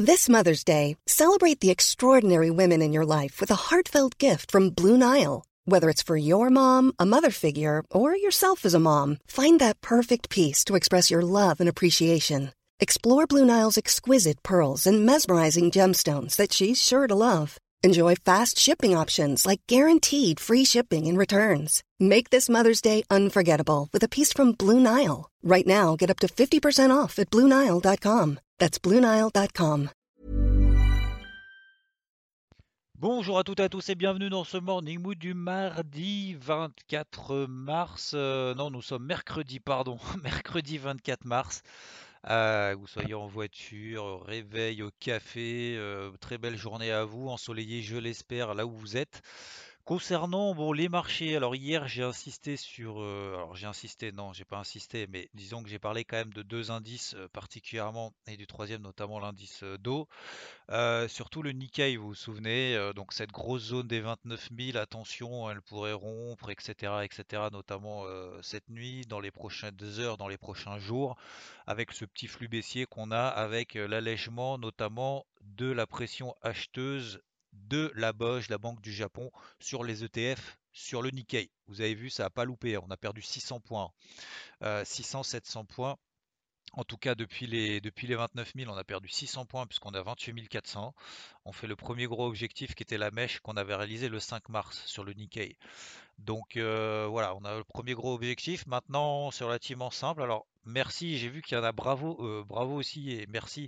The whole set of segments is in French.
This Mother's Day, celebrate the extraordinary women in your life with a heartfelt gift from Blue Nile. Whether it's for your mom, a mother figure, or yourself as a mom, find that perfect piece to express your love and appreciation. Explore Blue Nile's exquisite pearls and mesmerizing gemstones that she's sure to love. Enjoy fast shipping options like guaranteed free shipping and returns. Make this Mother's Day unforgettable with a piece from Blue Nile. Right now, get up to 50% off at BlueNile.com. That's BlueNile.com. Bonjour à toutes et à tous et bienvenue dans ce Morning Mood du mardi 24 mars. Non, nous sommes mercredi, pardon, mercredi 24 mars. Que vous soyez en voiture, au réveil, au café, très belle journée à vous, ensoleillée, je l'espère, là où vous êtes. Concernant bon, les marchés, alors hier j'ai insisté sur, alors j'ai insisté, non, j'ai pas insisté, mais disons que j'ai parlé quand même de deux indices particulièrement et du troisième notamment l'indice d'eau. Surtout le Nikkei, vous vous souvenez, donc cette grosse zone des 29 000, attention, elle pourrait rompre, etc., notamment cette nuit, dans les prochaines heures, dans les prochains jours, avec ce petit flux baissier qu'on a, avec l'allègement notamment de la pression acheteuse de la BOJ, la Banque du Japon, sur les ETF, sur le Nikkei. Vous avez vu, ça n'a pas loupé, on a perdu 600 points, 600-700 points. En tout cas, depuis les 29 000, on a perdu 600 points puisqu'on a 28 400. On fait le premier gros objectif qui était la mèche qu'on avait réalisé le 5 mars sur le Nikkei. Donc voilà, on a le premier gros objectif. Maintenant, c'est relativement simple. Alors, merci, j'ai vu qu'il y en a bravo, bravo aussi et merci.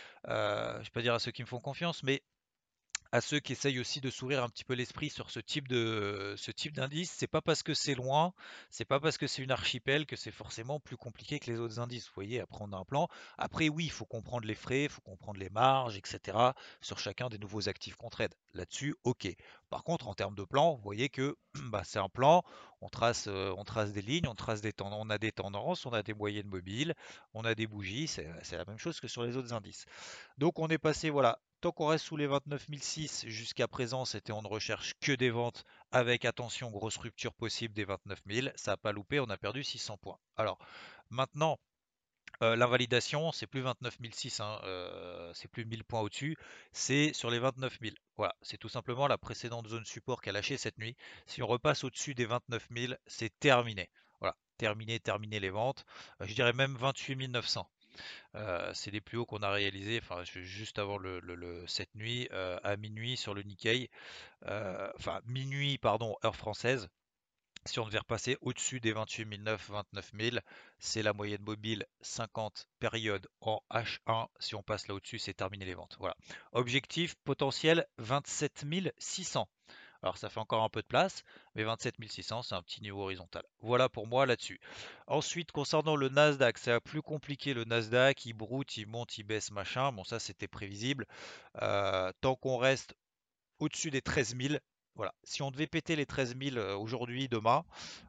Je ne vais pas dire à ceux qui me font confiance, mais à ceux qui essayent aussi de s'ouvrir un petit peu l'esprit sur ce type d'indice. C'est pas parce que c'est loin, c'est pas parce que c'est une archipel que c'est forcément plus compliqué que les autres indices. Vous voyez, après on a un plan. Après oui, il faut comprendre les frais, il faut comprendre les marges, etc. sur chacun des nouveaux actifs qu'on trade. Là-dessus, ok. Par contre, en termes de plan, vous voyez que bah, c'est un plan. On trace des lignes, on a des tendances, on a des moyennes mobiles, on a des bougies. C'est la même chose que sur les autres indices. Donc on est passé, voilà, tant qu'on reste sous les 29 006 jusqu'à présent, c'était on ne recherche que des ventes avec attention, grosse rupture possible des 29 000. Ça n'a pas loupé, on a perdu 600 points. Alors maintenant, l'invalidation, c'est plus 29 006, hein, c'est plus 1000 points au-dessus, c'est sur les 29 000. Voilà, c'est tout simplement la précédente zone support qui a lâché cette nuit. Si on repasse au-dessus des 29 000, c'est terminé. Voilà, terminé les ventes. Je dirais même 28 900. C'est les plus hauts qu'on a réalisés, enfin juste avant cette nuit à minuit sur le Nikkei, enfin minuit pardon heure française. Si on devait repasser au-dessus des 28 900, 29 000, c'est la moyenne mobile 50 période en H1. Si on passe là au-dessus, c'est terminé les ventes. Voilà. Objectif potentiel 27 600. Alors ça fait encore un peu de place, mais 27 600, c'est un petit niveau horizontal. Voilà pour moi là-dessus. Ensuite, concernant le Nasdaq, c'est plus compliqué. Le Nasdaq, il broute, il monte, il baisse, machin. Bon, ça, c'était prévisible. Tant qu'on reste au-dessus des 13 000, voilà. Si on devait péter les 13 000 aujourd'hui, demain,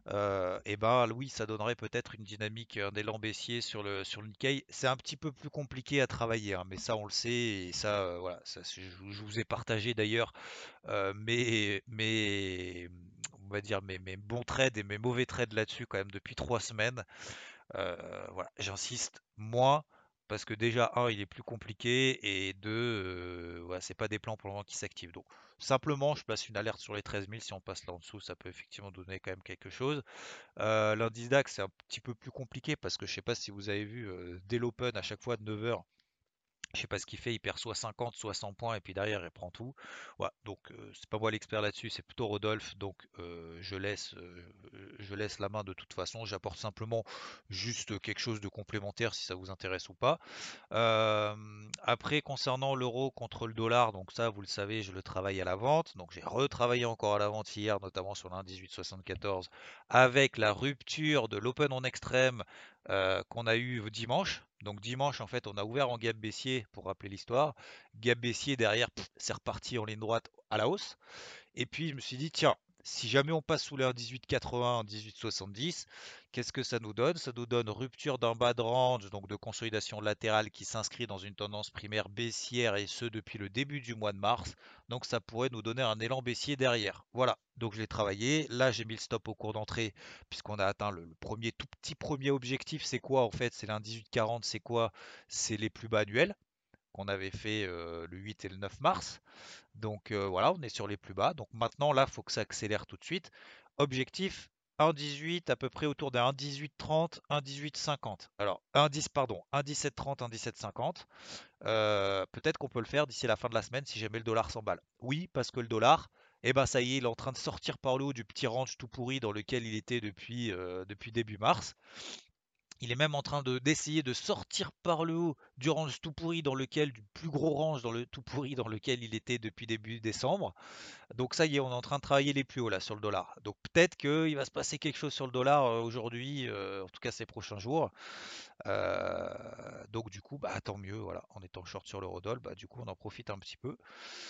et ben oui, ça donnerait peut-être une dynamique, un élan baissier sur le Nikkei. C'est un petit peu plus compliqué à travailler, hein, mais ça on le sait et ça, voilà, ça, je vous ai partagé d'ailleurs on va dire mes bons trades et mes mauvais trades là-dessus quand même depuis 3 semaines. Voilà, j'insiste moins parce que déjà, un, il est plus compliqué et deux, voilà, c'est pas des plans pour le moment qui s'activent. Donc, simplement, je place une alerte sur les 13 000. Si on passe là en dessous, ça peut effectivement donner quand même quelque chose. L'indice DAX, c'est un petit peu plus compliqué parce que je sais pas si vous avez vu dès l'open à chaque fois de 9 heures. Je sais pas ce qu'il fait, il perd soit 50, soit 100 points et puis derrière il prend tout. Voilà, donc c'est pas moi l'expert là-dessus, c'est plutôt Rodolphe, donc je laisse la main de toute façon. J'apporte simplement juste quelque chose de complémentaire si ça vous intéresse ou pas. Après, concernant l'euro contre le dollar, donc ça vous le savez, je le travaille à la vente. Donc j'ai retravaillé encore à la vente hier, notamment sur l'1,1874 avec la rupture de l'open en extrême qu'on a eu dimanche. Donc dimanche, en fait, on a ouvert en gap baissier pour rappeler l'histoire. Gap baissier derrière, c'est reparti en ligne droite à la hausse. Et puis je me suis dit, tiens, si jamais on passe sous les 1,1880, 1,1870, qu'est-ce que ça nous donne? Ça nous donne rupture d'un bas de range, donc de consolidation latérale qui s'inscrit dans une tendance primaire baissière et ce depuis le début du mois de mars. Donc ça pourrait nous donner un élan baissier derrière. Voilà, donc je l'ai travaillé. Là, j'ai mis le stop au cours d'entrée puisqu'on a atteint le premier tout petit premier objectif. C'est quoi en fait? C'est l'1,1840, c'est quoi? C'est les plus bas annuels. qu'on avait fait le 8 et le 9 mars. Donc voilà, on est sur les plus bas. Donc maintenant, là, il faut que ça accélère tout de suite. Objectif 1,18 à peu près autour d'un 1,1830, 1,1850. Alors 1,10 pardon, 1,1730, 1,1750. Peut-être qu'on peut le faire d'ici la fin de la semaine si jamais le dollar s'emballe. Oui, parce que le dollar, eh ben ça y est, il est en train de sortir par le haut du petit range tout pourri dans lequel il était depuis début mars. Il est même en train d'essayer de sortir par le haut du range tout pourri dans lequel, du plus gros range dans le tout pourri dans lequel il était depuis début décembre. Donc ça y est, on est en train de travailler les plus hauts là sur le dollar. Donc peut-être qu'il va se passer quelque chose sur le dollar aujourd'hui, en tout cas ces prochains jours. Euh, donc du coup, bah tant mieux, voilà, en étant short sur l'eurodoll, bah du coup on en profite un petit peu.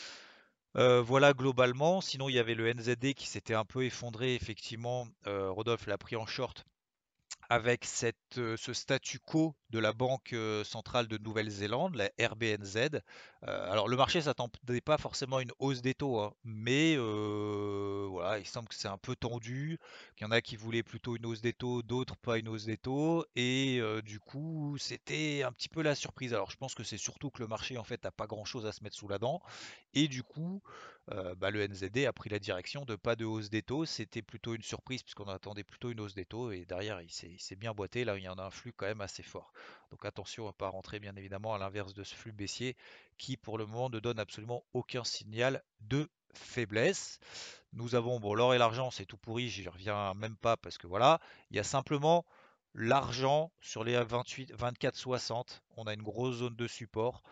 Voilà globalement. Sinon il y avait le NZD qui s'était un peu effondré effectivement. Rodolphe l'a pris en short avec ce statu quo de la Banque centrale de Nouvelle-Zélande, la RBNZ. Alors le marché ne s'attendait pas forcément à une hausse des taux, hein, mais voilà, il semble que c'est un peu tendu, qu'il y en a qui voulaient plutôt une hausse des taux, d'autres pas une hausse des taux, et du coup c'était un petit peu la surprise. Alors je pense que c'est surtout que le marché en fait n'a pas grand-chose à se mettre sous la dent, et du coup bah, le NZD a pris la direction de pas de hausse des taux. C'était plutôt une surprise puisqu'on attendait plutôt une hausse des taux et derrière il s'est bien boité. Là, il y en a un flux quand même assez fort. Donc attention à ne pas rentrer bien évidemment à l'inverse de ce flux baissier qui pour le moment ne donne absolument aucun signal de faiblesse. Nous avons bon l'or et l'argent, c'est tout pourri, j'y reviens même pas parce que voilà, il y a simplement l'argent sur les 28, 24, 60. On a une grosse zone de support.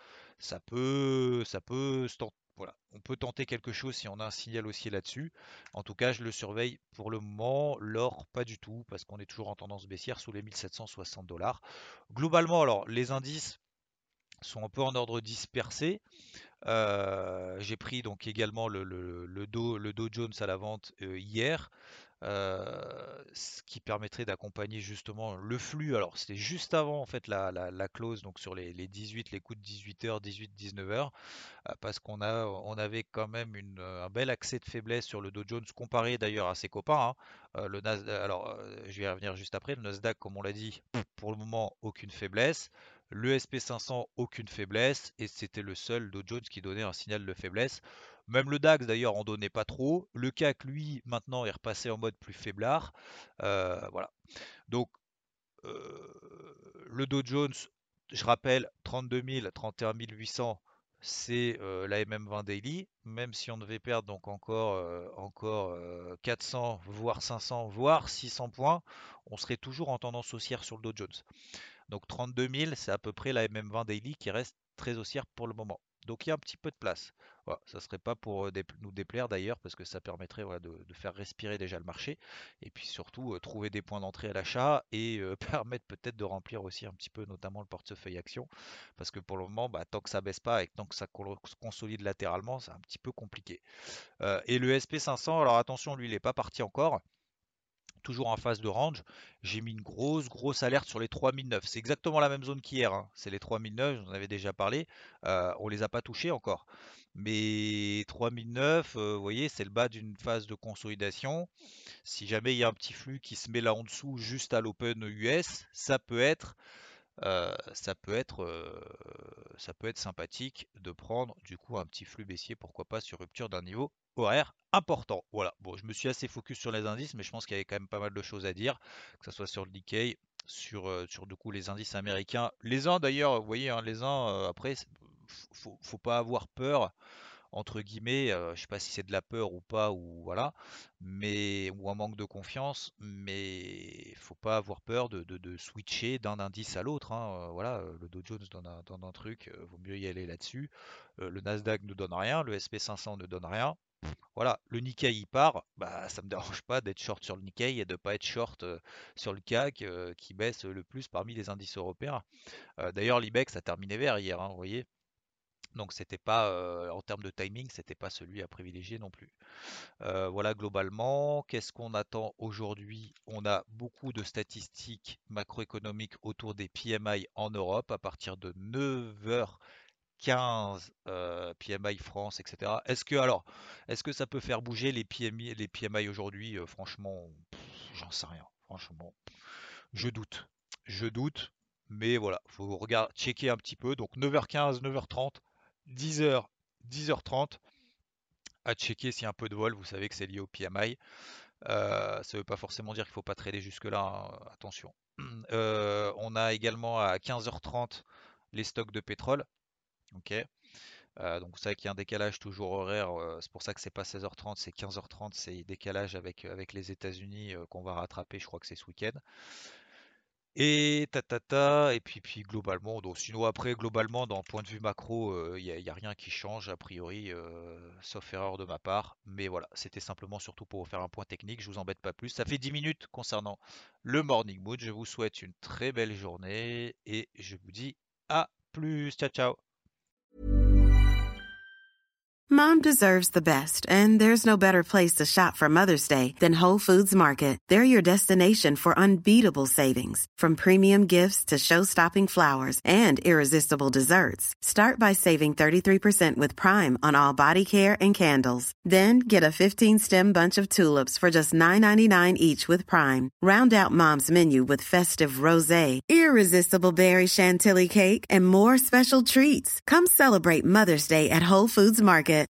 Ça peut voilà, on peut tenter quelque chose si on a un signal haussier là-dessus. En tout cas, je le surveille pour le moment. L'or, pas du tout, parce qu'on est toujours en tendance baissière sous les 1760 $. Globalement, alors, les indices sont un peu en ordre dispersé. J'ai pris donc également le Dow Jones à la vente hier, ce qui permettrait d'accompagner justement le flux. Alors c'était juste avant en fait la close, donc sur les 18, les coups de 18h, 18, 19h, parce on avait quand même un bel accès de faiblesse sur le Dow Jones comparé d'ailleurs à ses copains, hein. Le Nasdaq, alors je vais y revenir juste après. Le Nasdaq, comme on l'a dit, pour le moment aucune faiblesse. Le SP 500 aucune faiblesse et c'était le seul Dow Jones qui donnait un signal de faiblesse. Même le DAX d'ailleurs en donnait pas trop. Le CAC lui maintenant est repassé en mode plus faiblard. Voilà. Donc le Dow Jones, je rappelle, 32 000, 31 800, c'est la MM20 Daily. Même si on devait perdre donc encore 400, voire 500, voire 600 points, on serait toujours en tendance haussière sur le Dow Jones. Donc 32 000, c'est à peu près la MM20 Daily qui reste très haussière pour le moment. Donc il y a un petit peu de place. Voilà, ça serait pas pour nous déplaire d'ailleurs, parce que ça permettrait voilà, de faire respirer déjà le marché, et puis surtout trouver des points d'entrée à l'achat et permettre peut-être de remplir aussi un petit peu notamment le portefeuille action, parce que pour le moment, bah, tant que ça baisse pas et tant que ça se consolide latéralement, c'est un petit peu compliqué. Et le SP 500, alors attention, lui, il n'est pas parti encore toujours en phase de range. J'ai mis une grosse alerte sur les 3009. C'est exactement la même zone qu'hier, hein. C'est les 3009, j'en avais déjà parlé. On les a pas touchés encore. Mais 3009, vous voyez, c'est le bas d'une phase de consolidation. Si jamais il y a un petit flux qui se met là en dessous, juste à l'open US, ça peut être sympathique de prendre du coup un petit flux baissier, pourquoi pas sur rupture d'un niveau horaire important. Voilà, bon, je me suis assez focus sur les indices, mais je pense qu'il y avait quand même pas mal de choses à dire, que ce soit sur le Nikkei, sur du coup les indices américains. Les uns d'ailleurs, vous voyez, hein, les uns après, faut pas avoir peur entre guillemets, je sais pas si c'est de la peur ou pas, ou voilà, mais ou un manque de confiance, mais faut pas avoir peur de switcher d'un indice à l'autre, hein. Voilà, le Dow Jones donne un truc, vaut mieux y aller là-dessus. Le Nasdaq ne donne rien, le SP 500 ne donne rien. Voilà, le Nikkei il part, bah ça me dérange pas d'être short sur le Nikkei et de pas être short sur le CAC qui baisse le plus parmi les indices européens. D'ailleurs, l'IBEX a terminé vert hier, hein, vous voyez. Donc c'était pas en termes de timing, c'était pas celui à privilégier non plus. Voilà globalement, qu'est-ce qu'on attend aujourd'hui? On a beaucoup de statistiques macroéconomiques autour des PMI en Europe à partir de 9h15, PMI France, etc. Est-ce que ça peut faire bouger les PMI aujourd'hui? Franchement, j'en sais rien. Franchement, je doute. Je doute. Mais voilà, faut checker un petit peu. Donc 9h15, 9h30, 10h, 10h30. À checker s'il y a un peu de vol, vous savez que c'est lié au PMI. Ça ne veut pas forcément dire qu'il ne faut pas trader jusque-là, hein, attention. On a également à 15h30 les stocks de pétrole. Ok. Donc vous savez qu'il y a un décalage toujours horaire, c'est pour ça que c'est pas 16h30, c'est 15h30, c'est décalage avec les États-Unis qu'on va rattraper, je crois que c'est ce week-end. Et et puis globalement, donc sinon après globalement d'un point de vue macro, il y a rien qui change a priori, sauf erreur de ma part. Mais voilà, c'était simplement surtout pour vous faire un point technique. Je vous embête pas plus. Ça fait 10 minutes concernant le Morning Mood. Je vous souhaite une très belle journée et je vous dis à plus. Ciao ciao. Mom deserves the best, and there's no better place to shop for Mother's Day than Whole Foods Market. They're your destination for unbeatable savings, from premium gifts to show-stopping flowers and irresistible desserts. Start by saving 33% with Prime on all body care and candles. Then get a 15-stem bunch of tulips for just $9.99 each with Prime. Round out Mom's menu with festive rosé, irresistible berry chantilly cake, and more special treats. Come celebrate Mother's Day at Whole Foods Market.